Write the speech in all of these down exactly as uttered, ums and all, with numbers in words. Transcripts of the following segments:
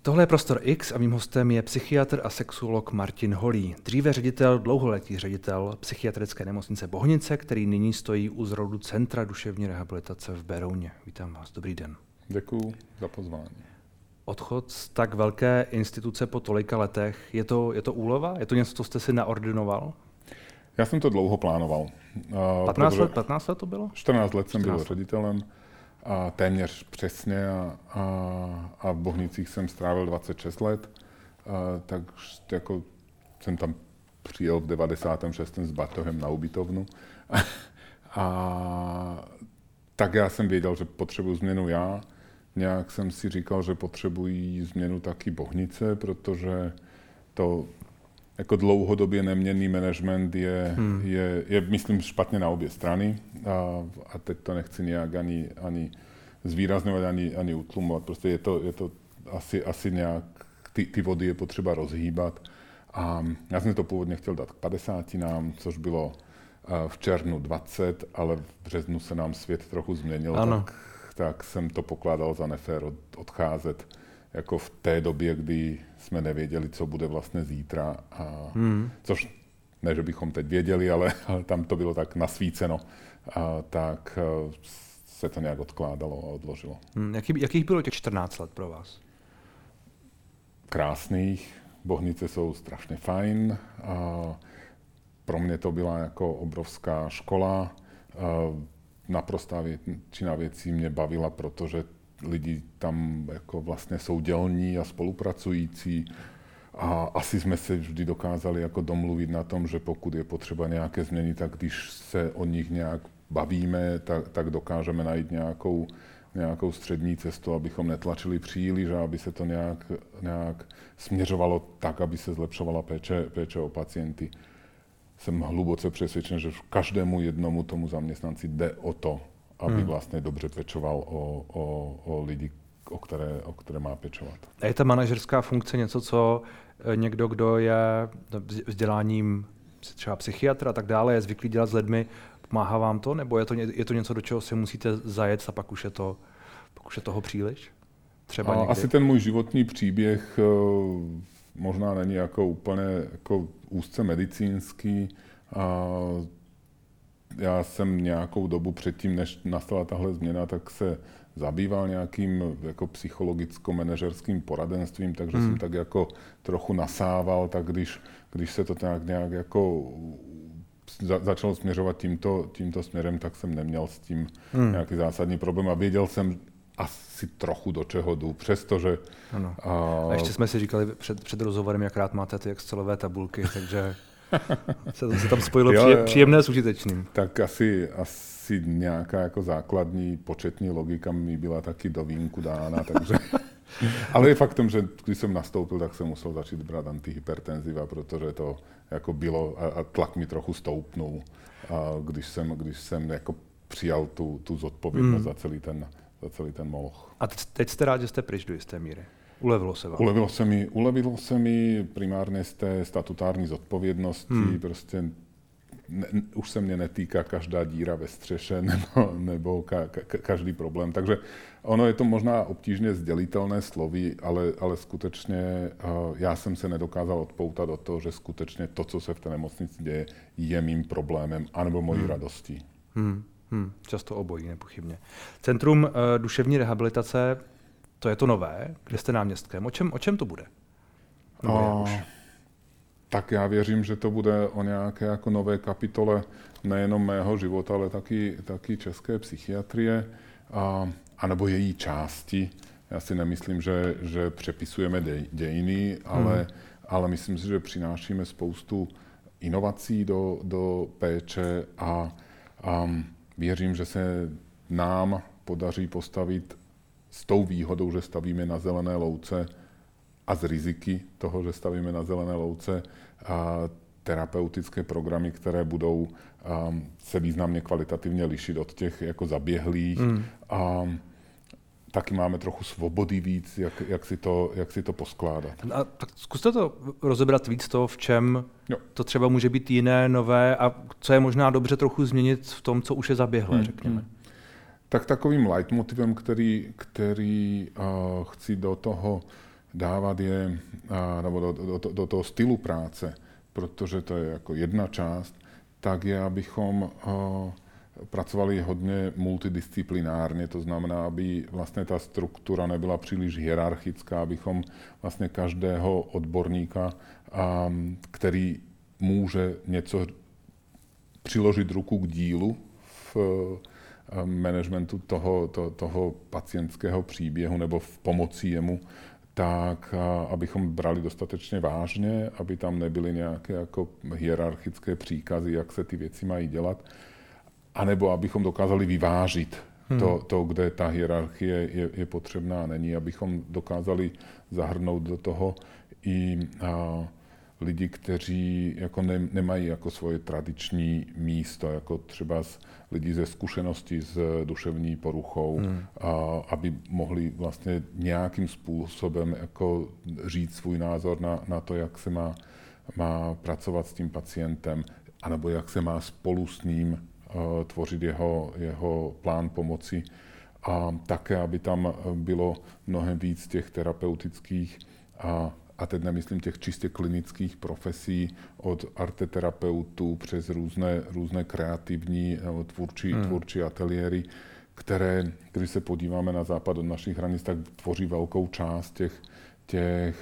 Tohle je Prostor X a mým hostem je psychiatr a sexuolog Martin Holý, dříve ředitel, dlouholetý ředitel psychiatrické nemocnice Bohnice, který nyní stojí u zrodu Centra duševní rehabilitace v Berouně. Vítám vás, dobrý den. Děkuji za pozvání. Odchod z tak velké instituce po tolika letech, je to, je to úleva? Je to něco, co jste si naordinoval? Já jsem to dlouho plánoval. patnáct let, patnáct let to bylo? čtrnáct let jsem byl ředitelem. A téměř přesně a, a, a v Bohnicích jsem strávil dvacet šest let, takže jako jsem tam přijel v devadesátém šestém s batohem na ubytovnu. A, a tak já jsem věděl, že potřebuji změnu já. Nějak jsem si říkal, že potřebují změnu taky Bohnice, protože to jako dlouhodobě neměnný management je, hmm. je, je, myslím, špatně na obě strany. A, a teď to nechci nějak ani, ani zvýrazňovat, ani, ani utlumovat. Prostě je to, je to asi, asi nějak, ty, ty vody je potřeba rozhýbat. A já jsem to původně chtěl dát k padesátinám, což bylo v červnu dvacet, ale v březnu se nám svět trochu změnil, tak, tak jsem to pokládal za nefér od, odcházet jako v té době, kdy jsme nevěděli, co bude vlastně zítra. A hmm. Což ne, že bychom teď věděli, ale, ale tam to bylo tak nasvíceno. A tak se to nějak odkládalo a odložilo. Hmm. Jaký, jakých bylo těch čtrnáct let pro vás? Krásných. Bohnice jsou strašně fajn. A pro mě to byla jako obrovská škola. A naprostá většina věcí mě bavila, protože lidi tam jako vlastně jsou dělní a spolupracující a asi jsme se vždy dokázali jako domluvit na tom, že pokud je potřeba nějaké změny, tak když se o nich nějak bavíme, tak, tak dokážeme najít nějakou, nějakou střední cestu, abychom netlačili příliš a aby se to nějak, nějak směřovalo tak, aby se zlepšovala péče, péče o pacienty. Jsem hluboce přesvědčen, že každému jednomu tomu zaměstnanci jde o to, aby hmm. vlastně dobře pečoval o, o, o lidi, o které, o které má pečovat. A je ta manažerská funkce něco, co někdo, kdo je vzděláním třeba psychiatra a tak dále, je zvyklý dělat s lidmi, pomáhá vám to? Nebo je to, je to něco, do čeho se musíte zajet a pak už je, to, pak už je toho příliš? Třeba někdy? Asi ten můj životní příběh možná není jako úplně jako úzce medicínský. A já jsem nějakou dobu předtím, než nastala tahle změna, tak se zabýval nějakým jako psychologicko-manažerským poradenstvím, takže hmm. jsem tak jako trochu nasával, tak když, když se to nějak, nějak jako za, začalo směřovat tímto, tímto směrem, tak jsem neměl s tím hmm. nějaký zásadní problém a věděl jsem asi trochu do čeho jdu, přestože... Ano. A, a ještě jsme si říkali před, před rozhovorem, jak rád máte ty excelové tabulky, takže... se, se tam spojilo jo, příje, příjemné s užitečným. Tak asi, asi nějaká jako základní početní logika mi byla taky do vínku dána, takže... Ale je faktem, že když jsem nastoupil, tak jsem musel začít brát antihypertenziva, protože to jako bylo a, a tlak mi trochu stoupnul, a když jsem, když jsem jako přijal tu, tu zodpovědnost hmm. za celý ten, za celý ten moloch. A teď jste rád, že jste pryč do jisté míry? Ulevilo se vám? Ulevilo se mi, ulevilo se mi primárně z té statutární zodpovědnosti, hmm. prostě ne, už se mě netýká každá díra ve střeše nebo, nebo ka, ka, každý problém, takže ono je to možná obtížně sdělitelné slovy, ale, ale skutečně uh, já jsem se nedokázal odpoutat od toho, že skutečně to, co se v té nemocnici děje, je mým problémem anebo mojí hmm. radostí. Hmm. Hmm. Často obojí, nepochybně. Centrum uh, duševní rehabilitace, to je to nové, kde jste náměstkem. O čem, o čem to bude? A, tak já věřím, že to bude o nějaké jako nové kapitole nejenom mého života, ale taky, taky české psychiatrie, a, anebo její části. Já si nemyslím, že, že přepisujeme dej, dějiny, ale, hmm. ale myslím si, že přinášíme spoustu inovací do, do péče a, a věřím, že se nám podaří postavit s tou výhodou, že stavíme na zelené louce a z riziky toho, že stavíme na zelené louce a terapeutické programy, které budou um, se významně kvalitativně lišit od těch jako zaběhlých. Mm. A taky máme trochu svobody víc, jak, jak, si, to, jak si to poskládat. A tak zkuste to rozebrat víc toho, v čem jo. to třeba může být jiné, nové a co je možná dobře trochu změnit v tom, co už je zaběhlé, mm. řekněme. Mm. Tak takovým leitmotivem, který, který uh, chci do toho dávat je nebo do, do, do, do toho stylu práce, protože to je jako jedna část, tak je, abychom uh, pracovali hodně multidisciplinárně, to znamená, aby vlastně ta struktura nebyla příliš hierarchická, abychom vlastně každého odborníka, um, který může něco přiložit ruku k dílu v um, managementu toho, to, toho pacientského příběhu nebo v pomoci jemu, tak abychom brali dostatečně vážně, aby tam nebyly nějaké jako hierarchické příkazy, jak se ty věci mají dělat, anebo abychom dokázali vyvážit hmm. to, to, kde ta hierarchie je, je potřebná a není, abychom dokázali zahrnout do toho i a, lidi, kteří jako ne, nemají jako svoje tradiční místo, jako třeba z, lidi ze zkušenosti s duševní poruchou, hmm. a, aby mohli vlastně nějakým způsobem jako říct svůj názor na, na to, jak se má, má pracovat s tím pacientem, anebo jak se má spolu s ním uh, tvořit jeho, jeho plán pomoci. A také, aby tam bylo mnohem víc těch terapeutických a A teď nemyslím těch čistě klinických profesí od arteterapeutů přes různé, různé kreativní tvůrčí, hmm. tvůrčí ateliéry, které, když se podíváme na západ od našich hranic, tak tvoří velkou část těch, těch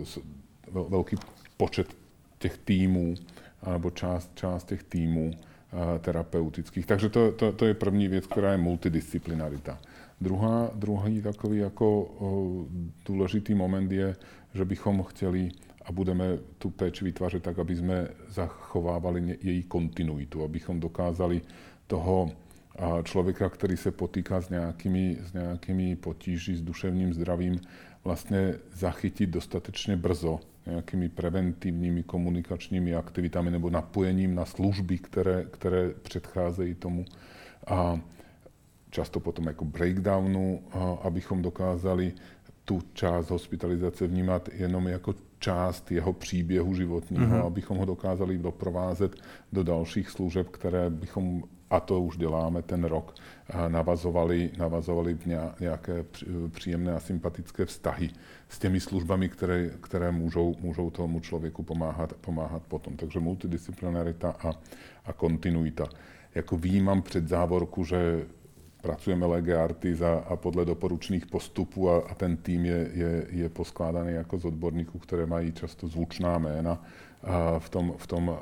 velký počet těch týmů, nebo část, část těch týmů terapeutických. Takže to, to, to je první věc, která je multidisciplinarita. Druhá, druhý takový jako o, důležitý moment je, že bychom chtěli a budeme tu péči vytvářet tak, aby jsme zachovávali její kontinuitu, abychom dokázali toho člověka, který se potýká s nějakými, s nějakými potíži s duševním zdravím, vlastně zachytit dostatečně brzo nějakými preventivními komunikačními aktivitami nebo napojením na služby, které, které předcházejí tomu. A často potom jako breakdownu, abychom dokázali tu část hospitalizace vnímat jenom jako část jeho příběhu životního, mm-hmm. abychom ho dokázali doprovázet do dalších služeb, které bychom, a to už děláme ten rok, navazovali, navazovali nějaké příjemné a sympatické vztahy s těmi službami, které, které můžou, můžou tomu člověku pomáhat, pomáhat potom. Takže multidisciplinarita a, a kontinuita. Jako výjímám před závorku, že pracujeme lege artis a, a podle doporučných postupů a, a ten tým je, je, je poskládaný jako z odborníků, které mají často zvučná jména a v tom, v tom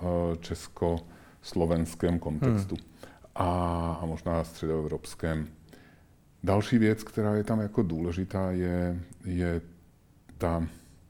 československém kontextu hmm. a, a možná středoevropském. Další věc, která je tam jako důležitá, je, je ta,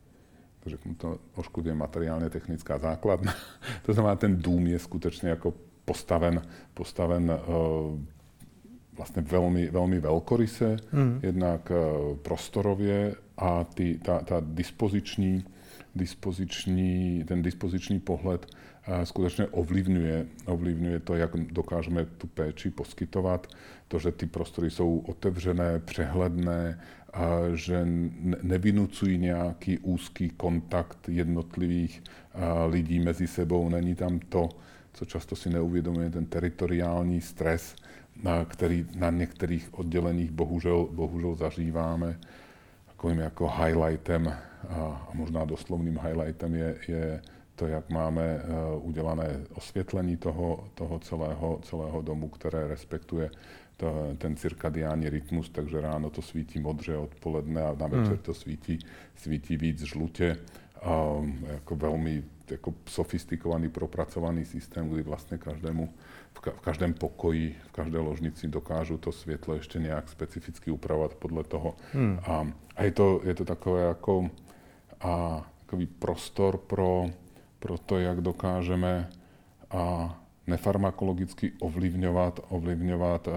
řeknu to, oškudě materiálně technická základna. To znamená, ten dům je skutečně jako postaven, postaven uh, vlastně velmi, velmi velkoryse, mm. jednak prostorově a ty, ta, ta dispoziční, dispoziční, ten dispoziční pohled skutečně ovlivňuje, ovlivňuje to, jak dokážeme tu péči poskytovat, to, že ty prostory jsou otevřené, přehledné, a že nevynucují nějaký úzký kontakt jednotlivých lidí mezi sebou. Není tam to, co často si neuvědomuje, ten teritoriální stres, na který na některých odděleních bohužel, bohužel zažíváme. Takovým jako highlightem a možná doslovným highlightem je, je to, jak máme udělané osvětlení toho, toho celého, celého domu, které respektuje to, ten cirkadiální rytmus, takže ráno to svítí modře, odpoledne a na večer to svítí, svítí víc žlutě. A jako velmi jako sofistikovaný, propracovaný systém, kdy vlastně každému, v, ka- v každém pokoji, v každé ložnici dokážu to světlo ještě nějak specificky upravovat podle toho. Hmm. A, a je to, je to takové jako a, takový prostor pro, pro to, jak dokážeme a, nefarmakologicky ovlivňovat, ovlivňovat a,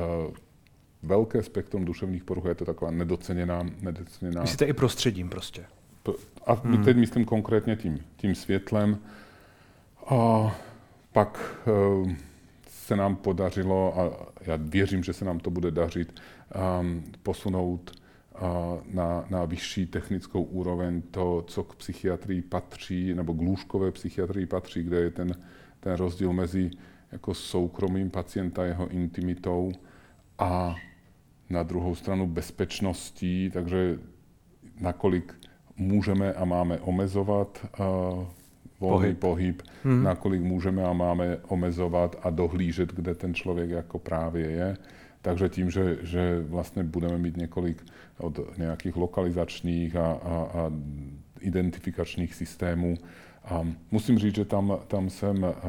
velké spektrum duševních poruch. Je to taková nedoceněná... nedoceněná Myslíte i prostředím prostě? A hmm. teď myslím konkrétně tím, tím světlem. A pak uh, se nám podařilo, a já věřím, že se nám to bude dařit, um, posunout uh, na, na vyšší technickou úroveň to, co k psychiatrii patří, nebo k lůžkové psychiatrii patří, kde je ten, ten rozdíl mezi jako soukromým pacienta, jeho intimitou a na druhou stranu bezpečností, takže nakolik můžeme a máme omezovat uh, volný pohyb, pohyb hmm. nakolik můžeme a máme omezovat a dohlížet, kde ten člověk jako právě je. Takže tím, že, že vlastně budeme mít několik od nějakých lokalizačních a, a, a identifikačních systémů. A musím říct, že tam, tam jsem uh,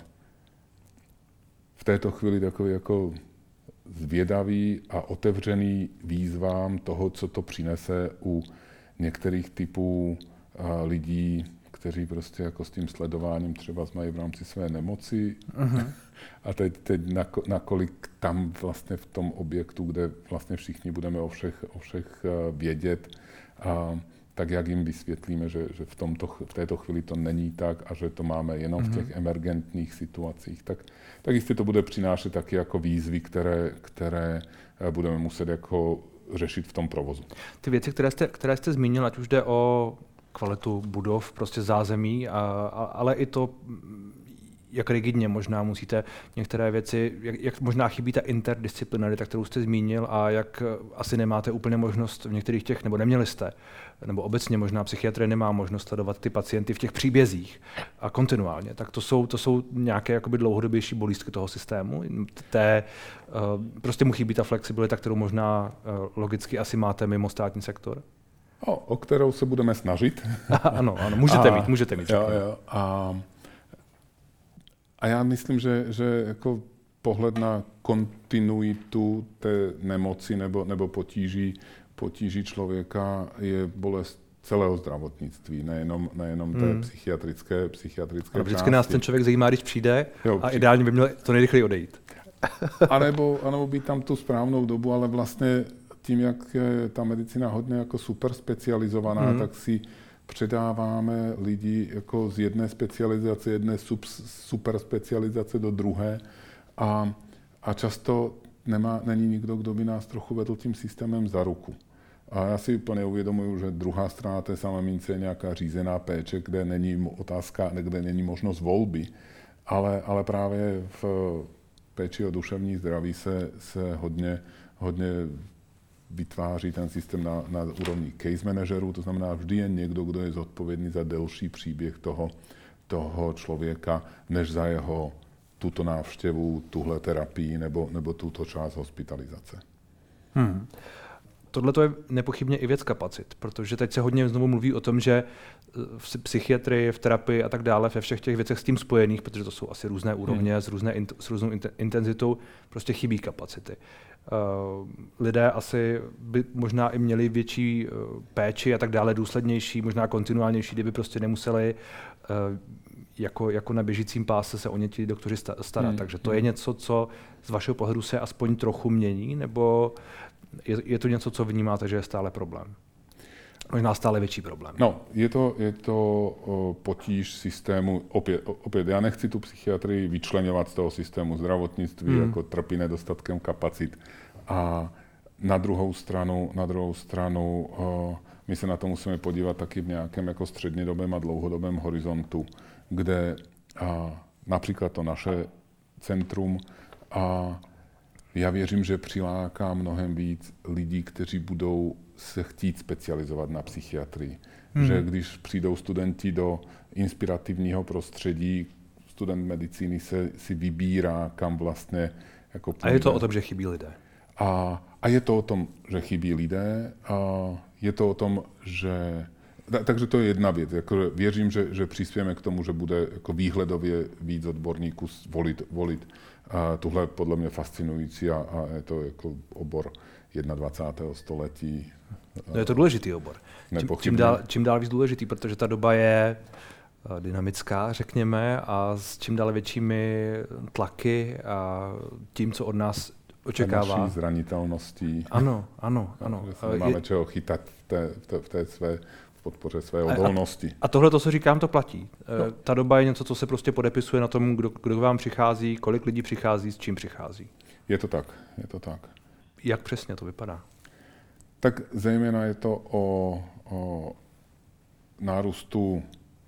v této chvíli takový jako zvědavý a otevřený výzvám toho, co to přinese u některých typů uh, lidí, kteří prostě jako s tím sledováním třeba mají v rámci své nemoci. Uh-huh. A teď, teď nakolik tam vlastně v tom objektu, kde vlastně všichni budeme o všech, o všech uh, vědět, uh, tak jak jim vysvětlíme, že, že v, tomto, v této chvíli to není tak a že to máme jenom mm-hmm. v těch emergentních situacích, tak, tak jistě to bude přinášet taky jako výzvy, které, které budeme muset jako řešit v tom provozu. Ty věci, které jste, které jste zmínil, ať už jde o kvalitu budov, prostě zázemí, a, a, ale i to, jak rigidně možná musíte některé věci, jak, jak možná chybí ta interdisciplinarita, kterou jste zmínil, a jak asi nemáte úplně možnost v některých těch, nebo neměli jste, nebo obecně možná psychiatrie nemá možnost sledovat ty pacienty v těch příbězích a kontinuálně. Tak to jsou, to jsou nějaké jakoby dlouhodobější bolístky toho systému. Té, prostě mu chybí ta flexibilita, kterou možná logicky asi máte mimo státní sektor. O, o kterou se budeme snažit. Ano, ano, můžete a, mít, můžete mít. Jo, jo, a, a já myslím, že, že jako pohled na kontinuitu té nemoci nebo, nebo potíží, potíží člověka je bolest celého zdravotnictví, nejenom, nejenom té hmm. psychiatrické, psychiatrické části. Vždycky části. Nás ten člověk zajímá, když přijde, jo, a přijde. Ideálně by měl to nejrychleji odejít. A nebo, a nebo být tam tu správnou dobu, ale vlastně tím, jak je ta medicína hodně jako super specializovaná, hmm. tak si předáváme lidi jako z jedné specializace, jedné sub, super specializace do druhé a, a často nemá, není nikdo, kdo by nás trochu vedl tím systémem za ruku. A já si úplně uvědomuji, že druhá strana té samé mince je nějaká řízená péče, kde není otázka, kde není možnost volby, ale, ale právě v péči o duševní zdraví se, se hodně, hodně vytváří ten systém na, na úrovni case manažerů, to znamená, vždy je někdo, kdo je zodpovědný za delší příběh toho, toho člověka, než za jeho tuto návštěvu, tuhle terapii nebo, nebo tuto část hospitalizace. Hmm. Tohle to je nepochybně i věc kapacit, protože teď se hodně znovu mluví o tom, že v psychiatrii, v terapii a tak dále, ve všech těch věcech s tím spojených, protože to jsou asi různé úrovně, hmm. s, různé, s různou intenzitou, prostě chybí kapacity. Uh, lidé asi by možná i měli větší uh, péči a tak dále, důslednější, možná kontinuálnější, kdyby prostě nemuseli uh, jako, jako na běžícím páse se o ně ti doktoři starat. Hmm. Takže to je něco, co z vašeho pohledu se aspoň trochu mění, nebo je, je to něco, co vnímáte, že je stále problém? Možná stále větší problém. No, je to, je to o, potíž systému, opět, opět, já nechci tu psychiatrii vyčleňovat z toho systému zdravotnictví, hmm. jako trpí nedostatkem kapacit. A na druhou stranu, na druhou stranu o, my se na to musíme podívat taky v nějakém jako střednědobém a dlouhodobém horizontu, kde a, například to naše centrum a já věřím, že přiláká mnohem víc lidí, kteří budou se chtít specializovat na psychiatrii. Hmm. Že když přijdou studenti do inspirativního prostředí, student medicíny se si vybírá, kam vlastně jako půjde. A je to o tom, že chybí lidé. A, a je to o tom, že chybí lidé. A je to o tom, že... Takže to je jedna věc. Jako věřím, že, že přispějeme k tomu, že bude jako výhledově víc odborníků volit, volit a tuhle podle mě fascinující a, a je to jako obor dvacátého prvního století. No je to důležitý obor. Čím, čím, dál, čím dál víc důležitý, protože ta doba je dynamická, řekněme, a s čím dál většími tlaky a tím, co od nás očekává. Naší zranitelností. Ano, ano, ano. Že se nemáme je... čeho chytat v té, v té, v té své v podpoře své odolnosti. A, a tohle, to, co říkám, to platí. No. Ta doba je něco, co se prostě podepisuje na tom, kdo, kdo k vám přichází, kolik lidí přichází, s čím přichází. Je to tak, je to tak. Jak přesně to vypadá? Tak zejména je to o, o nárůstu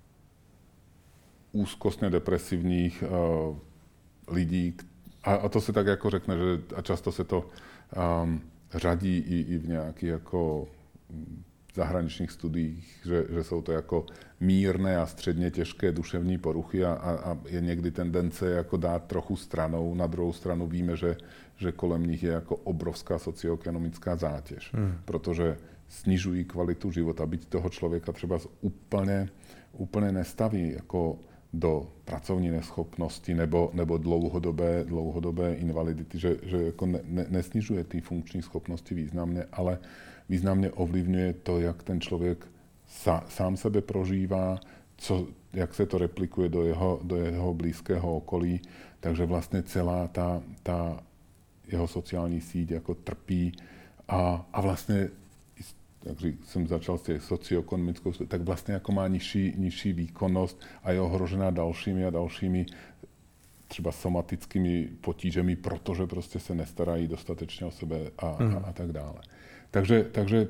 úzkostně depresivních uh, lidí, a, a to se tak jako řekne, že a často se to um, řadí i, i v nějaký jako zahraničních studiích, že, že jsou to jako mírné a středně těžké duševní poruchy a, a, a je někdy tendence jako dát trochu stranou. Na druhou stranu víme, že, že kolem nich je jako obrovská socioekonomická zátěž, hmm. protože snižují kvalitu života, byť toho člověka třeba úplně, úplně nestaví jako do pracovní neschopnosti nebo, nebo dlouhodobé, dlouhodobé invalidity, že, že jako ne, ne, nesnižuje ty funkční schopnosti významně, ale významně ovlivňuje to, jak ten člověk sa, sám sebe prožívá, co, jak se to replikuje do jeho, do jeho blízkého okolí. Takže vlastně celá ta, ta jeho sociální síť jako trpí a, a vlastně, jak jsem začal s těch socioekonomickou, tak vlastně jako má nižší, nižší výkonnost a je ohrožená dalšími a dalšími třeba somatickými potížemi, protože prostě se nestarají dostatečně o sebe a, mm. a, a tak dále. Takže, takže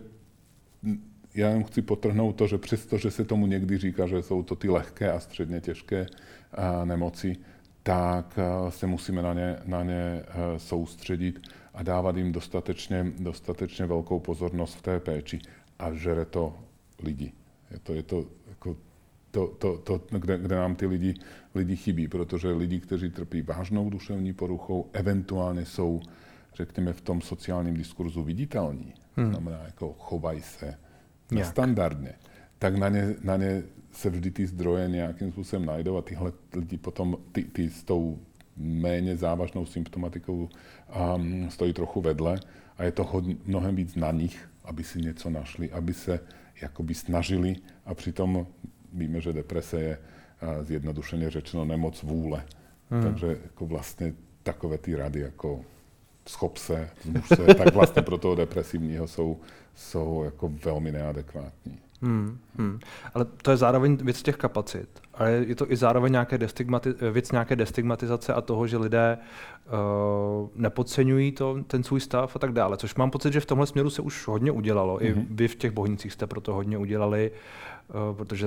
já jen chci podtrhnout to, že přesto, že se tomu někdy říká, že jsou to ty lehké a středně těžké a, nemoci, tak a, se musíme na ně, na ně a, soustředit a dávat jim dostatečně, dostatečně velkou pozornost v té péči. A žere to lidi. Je to, je to, jako to, to, to kde, kde nám ty lidi, lidi chybí, protože lidi, kteří trpí vážnou duševní poruchou, eventuálně jsou, řekněme, v tom sociálním diskurzu viditelní. Hmm. Znamená, jako chovají se standardně. Tak na ně, na ně se vždy ty zdroje nějakým způsobem najdou a tyhle lidi potom, ty, ty s tou méně závažnou symptomatikou um, stojí trochu vedle a je to hodně, mnohem víc na nich, aby si něco našli, aby se jakoby snažili a přitom víme, že deprese je uh, zjednodušeně řečeno nemoc vůle. Hmm. Takže jako vlastně takové ty rady jako schop se, zmuž se, tak vlastně pro toho depresivního jsou, jsou jako velmi neadekvátní. Hmm, hmm. Ale to je zároveň věc těch kapacit. Ale je to i zároveň nějaké destigmati- věc nějaké destigmatizace a toho, že lidé uh, nepodceňují to, ten svůj stav a tak dále. Což mám pocit, že v tomhle směru se už hodně udělalo. Mm-hmm. I vy v těch Bohnicích jste proto hodně udělali, uh, protože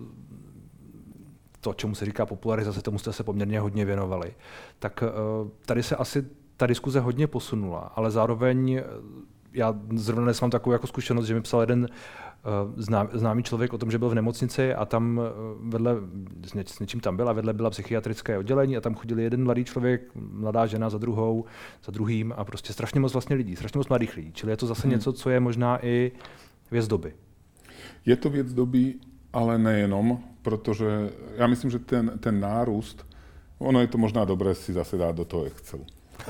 to, čemu se říká popularizace, tomu jste se poměrně hodně věnovali. Tak uh, tady se asi ta diskuze hodně posunula, ale zároveň já zrovna dnes mám takovou jako zkušenost, že mi psal jeden uh, známý člověk o tom, že byl v nemocnici a tam uh, vedle, s, něč, s něčím tam byl a vedle byla psychiatrické oddělení a tam chodili jeden mladý člověk, mladá žena za druhou, za druhým a prostě strašně moc vlastně lidí, strašně moc mladých lidí. Čili je to zase hmm. něco, co je možná i věc doby. Je to věc doby, ale nejenom, protože já myslím, že ten, ten nárůst, ono je to možná dobré si zase dát do toho Excelu.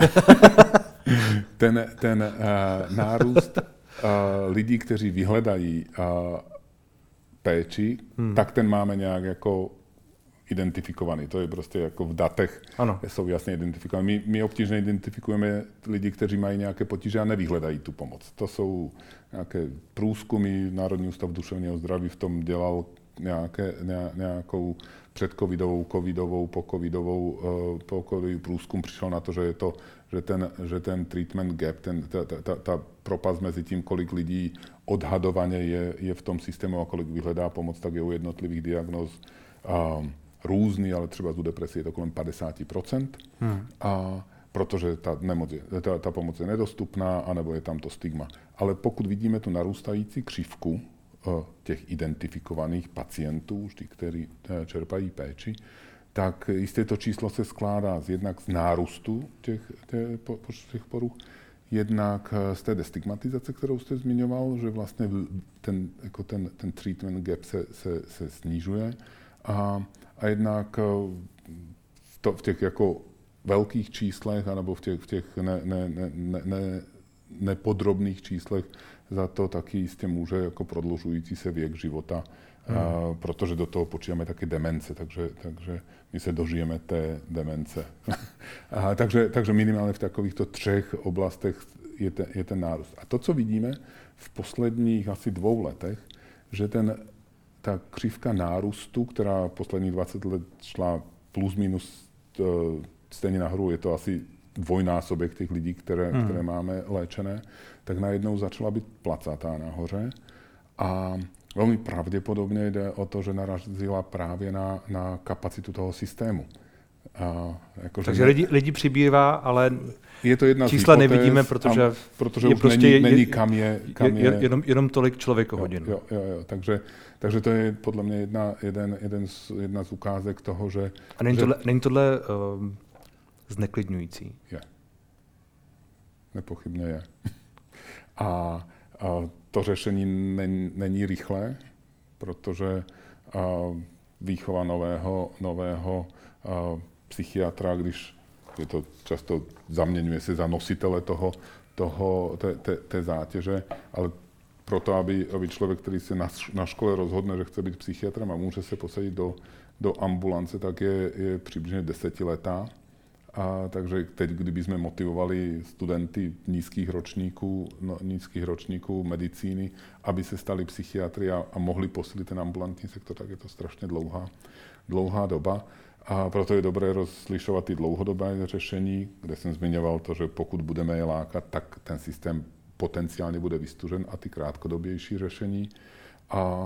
ten ten uh, nárůst uh, lidí, kteří vyhledají uh, péči, hmm. tak ten máme nějak jako identifikovaný. To je prostě jako v datech, ano. Jsou jasně identifikovaný. My, my obtížně identifikujeme lidi, kteří mají nějaké potíže a nevyhledají tu pomoc. To jsou nějaké průzkumy, Národní ústav duševního zdraví v tom dělal nějaké, nějakou předcovidovou, covidovou, pocovidovou, uh, pocovidový průzkum, přišel na to, že je to, že ten, že ten treatment gap, ten, ta, ta, ta propast mezi tím, kolik lidí odhadovaně je, je v tom systému a kolik vyhledá pomoc, tak je u jednotlivých diagnóz uh, různý, ale třeba u depresie je to kolem padesát procent. Hmm. A protože ta, nemoc je, ta, ta pomoc je nedostupná, anebo je tam to stigma. Ale pokud vidíme tu narůstající křivku těch identifikovaných pacientů, už těch, kteří čerpají péči, tak jisté to číslo se skládá z jednak z nárůstu těch, těch, těch poruch, jednak z té destigmatizace, kterou jste zmiňoval, že vlastně ten, jako ten, ten treatment gap se, se, se snižuje a, a jednak v, to, v těch jako velkých číslech anebo v těch, v těch ne, ne, ne, ne, ne, nepodrobných číslech za to taky jistě může jako prodlužující se věk života, hmm. a, protože do toho počítáme taky demence, takže, takže my se dožijeme té demence. a, takže, takže minimálně v takovýchto třech oblastech je, te, je ten nárůst. A to, co vidíme v posledních asi dvou letech, že ten, ta křivka nárůstu, která posledních dvacet let šla plus minus stejně nahoru, je to asi dvojnásobek těch lidí, které, hmm. které máme léčené, tak najednou začala být placatá nahoře a velmi pravděpodobně jde o to, že narazila právě na, na kapacitu toho systému. A, jako, Takže lidi, lidi přibývá, ale je to jedna čísla hypotéz, nevidíme, protože, a, protože je už prostě není, je, není kam je, kam je, je jenom, jenom tolik člověkohodin. Jo, jo, jo. Takže, takže to je podle mě jedna, jeden, jeden z, jedna z ukázek toho, že... A není že, tohle, není tohle um, zneklidňující? Je. Nepochybně je. A, a to řešení není, není rychlé, protože a, výchova nového, nového a, psychiatra, když je to často zaměňuje se za nositele toho, toho, té, té, té zátěže, ale proto, aby, aby člověk, který se na, na škole rozhodne, že chce být psychiatrem a může se posadit do, do ambulance, tak je, je přibližně desetiletá. A takže teď, kdybychom motivovali studenty nízkých ročníků, no, nízkých ročníků medicíny, aby se stali psychiatry a, a mohli posílit ten ambulantní sektor, tak je to strašně dlouhá, dlouhá doba. A proto je dobré rozlišovat ty dlouhodobé řešení, kde jsem zmiňoval to, že pokud budeme je lákat, tak ten systém potenciálně bude vystužen, a ty krátkodobější řešení. A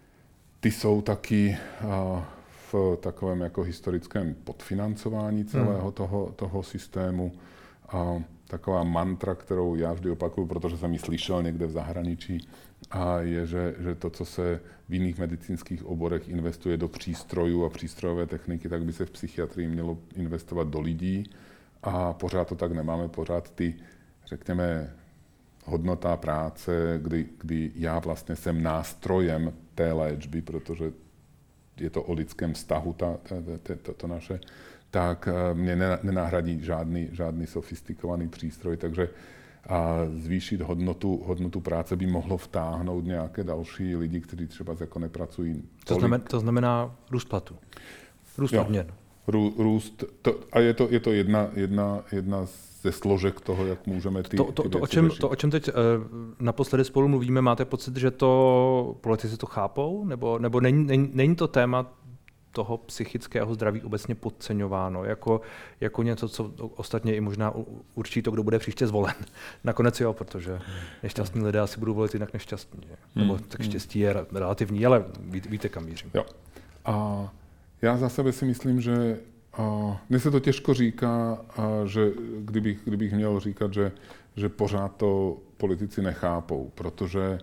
ty jsou taky a, v takovém jako historickém podfinancování celého toho, toho systému. A taková mantra, kterou já vždy opakuju, protože jsem ji slyšel někde v zahraničí, a je, že, že to, co se v jiných medicínských oborech investuje do přístrojů a přístrojové techniky, tak by se v psychiatrii mělo investovat do lidí. A pořád to tak nemáme, pořád ty, řekněme, hodnota práce, kdy, kdy já vlastně jsem nástrojem té léčby, protože je to o lidském vztahu, ta, ta, ta, ta, to naše, tak mě nenahradí žádný, žádný sofistikovaný přístroj, takže a zvýšit hodnotu, hodnotu práce by mohlo vtáhnout nějaké další lidi, kteří třeba jako nepracují. To znamená, to znamená růst platu, růst odměn. Rů, růst, to, a je to, je to jedna, jedna, jedna ze složek toho, jak můžeme ty, to, to, ty to, věci o čem, řešit. to, o čem teď uh, naposledy spolu mluvíme, máte pocit, že to politici to chápou? Nebo, nebo není, není, není to téma toho psychického zdraví obecně podceňováno jako, jako něco, co ostatně i možná určí to, kdo bude příště zvolen. Nakonec jo, protože nešťastní lidé asi budou volit jinak nešťastní. Hmm. Nebo tak štěstí je relativní, ale ví, víte, kam mířím. Jo. A já za sebe si myslím, že mně se to těžko říká, že kdybych, kdybych měl říkat, že, že pořád to politici nechápou, protože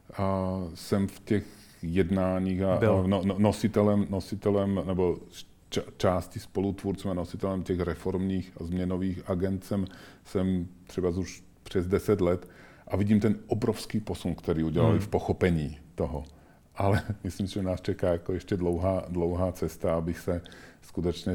jsem v těch jednáních a no, no, nositelem, nositelem nebo ča, části spolutvůrcem a nositelem těch reformních a změnových agent jsem, jsem třeba už přes deset let a vidím ten obrovský posun, který udělali hmm. v pochopení toho. Ale myslím, že nás čeká jako ještě dlouhá, dlouhá cesta, aby se skutečně...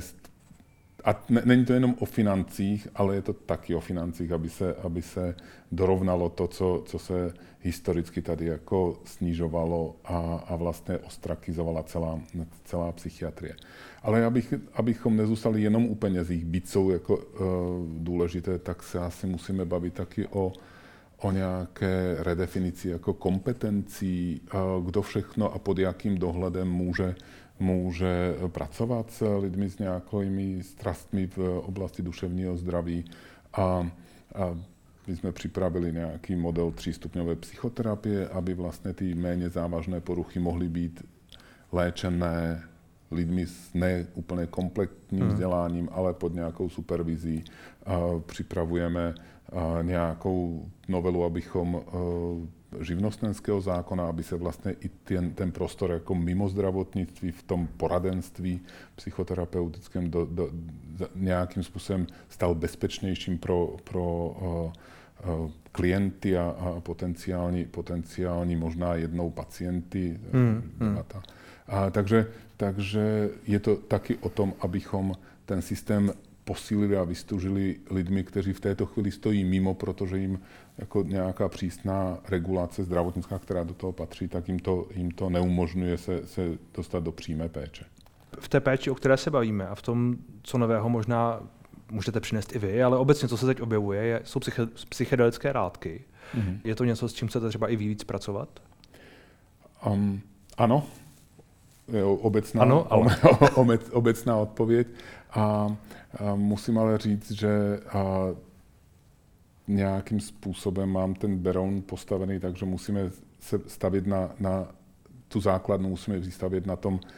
A ne, není to jenom o financích, ale je to taky o financích, aby se, aby se dorovnalo to, co, co se historicky tady jako snižovalo a, a vlastně ostrakizovala celá, celá psychiatrie. Ale abych, abychom nezůstali jenom u penězích, byť jsou jako uh, důležité, tak se asi musíme bavit taky o o nějaké redefinici jako kompetencí, kdo všechno a pod jakým dohledem může, může pracovat s lidmi s nějakými strastmi v oblasti duševního zdraví. A, a my jsme připravili nějaký model třístupňové psychoterapie, aby vlastně ty méně závažné poruchy mohly být léčené lidmi s ne úplně kompletním hmm. vzděláním, ale pod nějakou supervizí. A připravujeme a nějakou novelu, abychom uh, živnostenského zákona, aby se vlastně i ten, ten prostor jako mimo zdravotnictví, v tom poradenství psychoterapeutickém do, do, nějakým způsobem stal bezpečnějším pro, pro uh, uh, klienty a, a potenciální, potenciální možná jednou pacienty. Hmm, hmm. A, takže, takže je to taky o tom, abychom ten systém posílili a vystužili lidmi, kteří v této chvíli stojí mimo, protože jim jako nějaká přísná regulace zdravotnická, která do toho patří, tak jim to, jim to neumožňuje se, se dostat do přímé péče. V té péči, o které se bavíme a v tom, co nového možná můžete přinést i vy, ale obecně, co se teď objevuje, je, jsou psyche, psychedelické látky. Mm-hmm. Je to něco, s čím chcete třeba i víc pracovat? Um, ano. Obecná, ano, ale... obecná odpověď. A, a musím ale říct, že a, nějakým způsobem mám ten beroun postavený, takže musíme se stavět na, na tu základnu, musíme vystavět na tom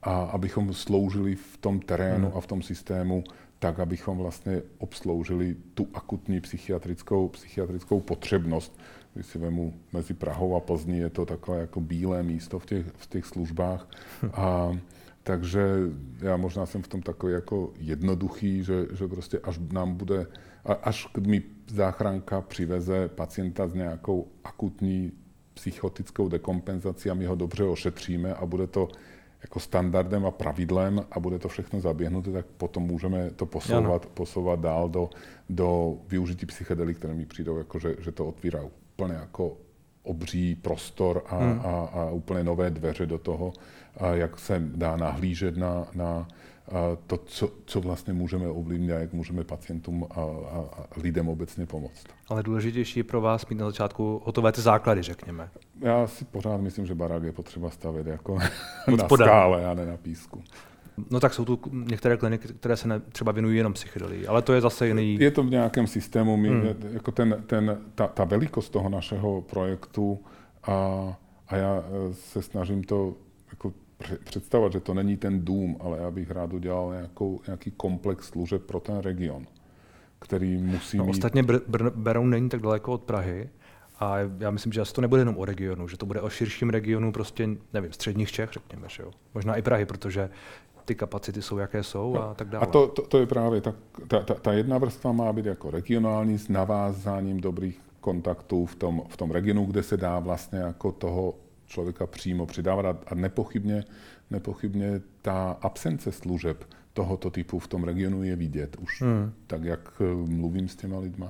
a abychom sloužili v tom terénu hmm. a v tom systému tak, abychom vlastně obsloužili tu akutní psychiatrickou, psychiatrickou potřebnost. Když si vemu mezi Prahou a Plzní, je to takové jako bílé místo v těch, v těch službách. A, takže já možná jsem v tom takový jako jednoduchý, že, že prostě až nám bude, až mi záchranka přiveze pacienta s nějakou akutní psychotickou dekompenzací a my ho dobře ošetříme a bude to jako standardem a pravidlem a bude to všechno zaběhnuté, tak potom můžeme to posouvat, posouvat dál do, do využití psychedelik, které mi přijdou, jako že, že to otvírá úplně jako obří prostor a, hmm. a, a úplně nové dveře do toho, a jak se dá nahlížet na, na to, co, co vlastně můžeme ovlivnit a jak můžeme pacientům a, a, a lidem obecně pomoct. Ale důležitější je pro vás mít na začátku hotové ty základy, řekněme. Já si pořád myslím, že barák je potřeba stavět jako na skále a ne na písku. No tak jsou tu některé kliniky, které se ne, třeba věnují jenom psychedelii, ale to je zase jiný... Je to v nějakém systému, my, hmm. jako ten, ten, ta, ta velikost toho našeho projektu a, a já se snažím to jako představovat, že to není ten dům, ale já bych rád udělal nějakou, nějaký komplex služeb pro ten region, který musí no, mít... Ostatně Br- Br- Beroun není tak daleko od Prahy a já myslím, že asi to nebude jenom o regionu, že to bude o širším regionu, prostě, nevím, středních Čech, řekněme, že jo. Možná i Prahy, protože ty kapacity jsou, jaké jsou a tak dále. A to, to, to je právě, ta, ta, ta, ta jedna vrstva má být jako regionální s navázáním dobrých kontaktů v tom, v tom regionu, kde se dá vlastně jako toho člověka přímo přidávat a nepochybně, nepochybně ta absence služeb tohoto typu v tom regionu je vidět už hmm. tak, jak mluvím s těma lidma.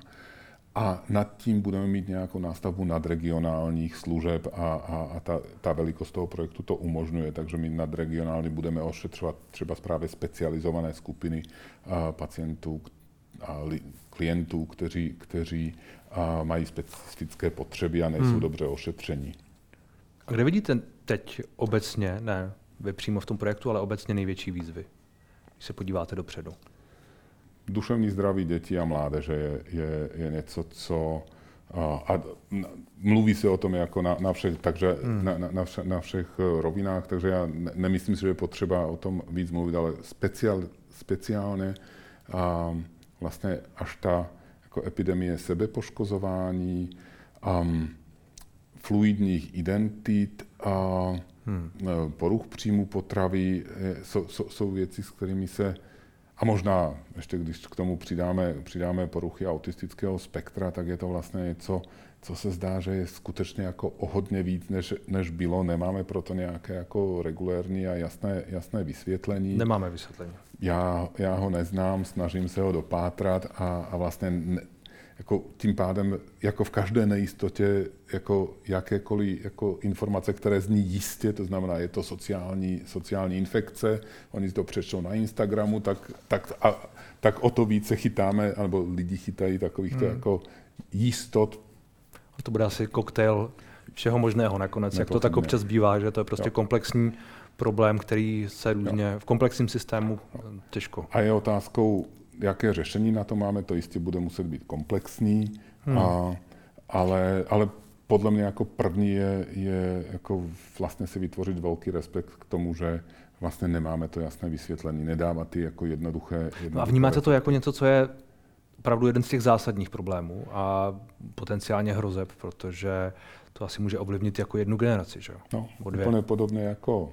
A nad tím budeme mít nějakou nástavbu nadregionálních služeb a, a, a ta, ta velikost toho projektu to umožňuje, takže my nadregionálně budeme ošetřovat třeba právě specializované skupiny a, pacientů a li, klientů, kteří, kteří a, mají specifické potřeby a nejsou hmm. dobře ošetření. A kde vidíte teď obecně, ne vy přímo v tom projektu, ale obecně největší výzvy, když se podíváte dopředu? Duševní zdraví dětí a mládeže je, je, je něco, co... A, a mluví se o tom jako na, na všech, takže hmm. na, na, vše, na všech rovinách, takže já ne, nemyslím si, že je potřeba o tom víc mluvit, ale speciál, speciálně a vlastně až ta jako epidemie sebepoškozování, um, fluidních identit a hmm. poruch příjmu potravy jsou, jsou, jsou věci, s kterými se, a možná ještě když k tomu přidáme, přidáme poruchy autistického spektra, tak je to vlastně něco, co se zdá, že je skutečně jako o hodně víc, než, než bylo. Nemáme proto nějaké jako regulérní a jasné, jasné vysvětlení. Nemáme vysvětlení. Já, já ho neznám, snažím se ho dopátrat a, a vlastně ne, jako tím pádem, jako v každé nejistotě, jako jakékoliv jako informace, které zní jistě, to znamená, je to sociální, sociální infekce, oni si to přečtou na Instagramu, tak, tak, a, tak o to více chytáme, nebo lidi chytají takovýchto hmm. jako jistot. To bude asi koktejl všeho možného nakonec, jak to tak občas bývá, že to je prostě jo. komplexní problém, který se různě jo. v komplexním systému těžko. A je otázkou, jaké řešení na to máme, to jistě bude muset být komplexní, hmm. a, ale, ale podle mě jako první je, je jako vlastně si vytvořit velký respekt k tomu, že vlastně nemáme to jasné vysvětlení, nedávat ty jako jednoduché... jednoduché a vnímáte recepty. To jako něco, co je opravdu jeden z těch zásadních problémů a potenciálně hrozeb, protože to asi může ovlivnit jako jednu generaci, že jo? No, úplně podobně jako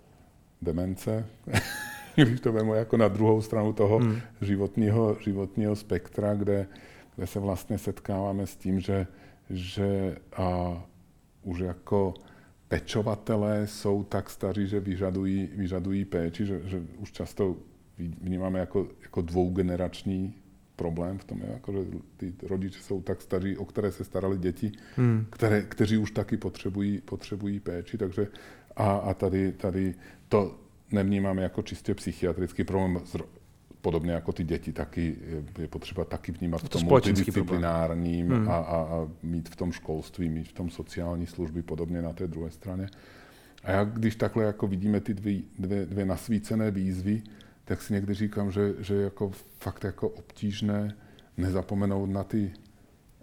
demence, když to vemu jako na druhou stranu toho hmm. životního, životního spektra, kde, kde se vlastně setkáváme s tím, že, že a, už jako pečovatelé jsou tak staří, že vyžadují, vyžadují péči, že, že už často vnímáme jako, jako dvougenerační problém v tom, jako, že ty rodiče jsou tak staří, o které se starali děti, hmm. které, kteří už taky potřebují, potřebují péči, takže a, a tady, tady to nevnímáme jako čistě psychiatrický problém, podobně jako ty děti, taky je potřeba taky vnímat v tom multidisciplinárním hmm. a, a, a mít v tom školství, mít v tom sociální služby, podobně na té druhé straně. A já, když takhle jako vidíme ty dvě, dvě, dvě nasvícené výzvy, tak si někdy říkám, že, že jako fakt jako obtížné nezapomenout na ty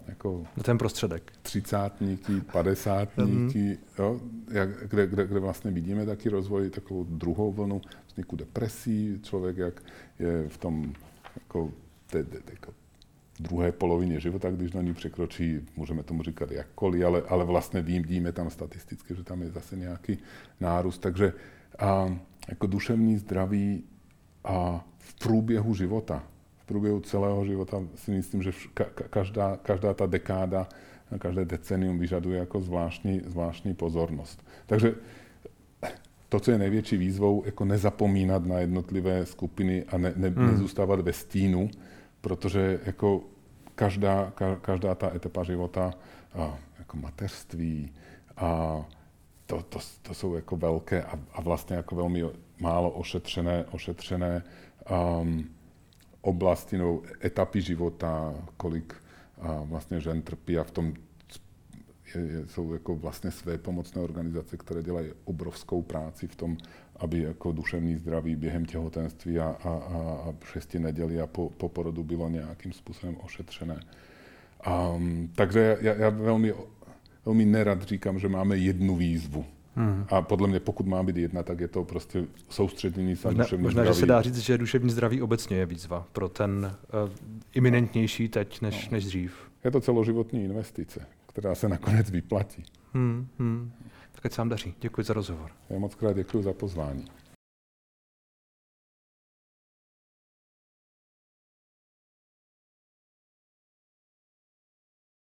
jako ten prostředek. třicátníky, padesátníky, jo, jak, kde, kde, kde vlastně vidíme taky rozvoj, takovou druhou vlnu vzniku depresí, člověk jak je v tom jako, te, te, jako druhé polovině života, když na ní překročí, můžeme tomu říkat jakkoliv, ale, ale vlastně vidíme tam statisticky, že tam je zase nějaký nárůst, takže a, jako duševní zdraví a v průběhu života, v průběhu celého života si myslím, že ka, každá, každá ta dekáda, každé decenium vyžaduje jako zvláštní, zvláštní pozornost. Takže to, co je největší výzvou, jako nezapomínat na jednotlivé skupiny a ne, ne, hmm. nezůstávat ve stínu, protože jako každá, ka, každá ta etapa života, a jako mateřství, a to, to, to jsou jako velké a, a vlastně jako velmi málo ošetřené, ošetřené um, oblasti nebo etapy života, kolik a vlastně žen trpí a v tom je, je, jsou jako vlastně své pomocné organizace, které dělají obrovskou práci v tom, aby jako duševní zdraví během těhotenství a, a, a šesti nedělí a po, po porodu bylo nějakým způsobem ošetřené. Um, takže já, já velmi, velmi nerad říkám, že máme jednu výzvu. Hmm. A podle mě, pokud má být jedna, tak je to prostě soustředění se na duševní možná, zdraví. Možná, že se dá říct, že duševní zdraví obecně je výzva pro ten uh, iminentnější teď než, no. než dřív. Je to celoživotní investice, která se nakonec vyplatí. Hmm, hmm. Tak ať se vám daří. Děkuji za rozhovor. Já moc krát děkuji za pozvání.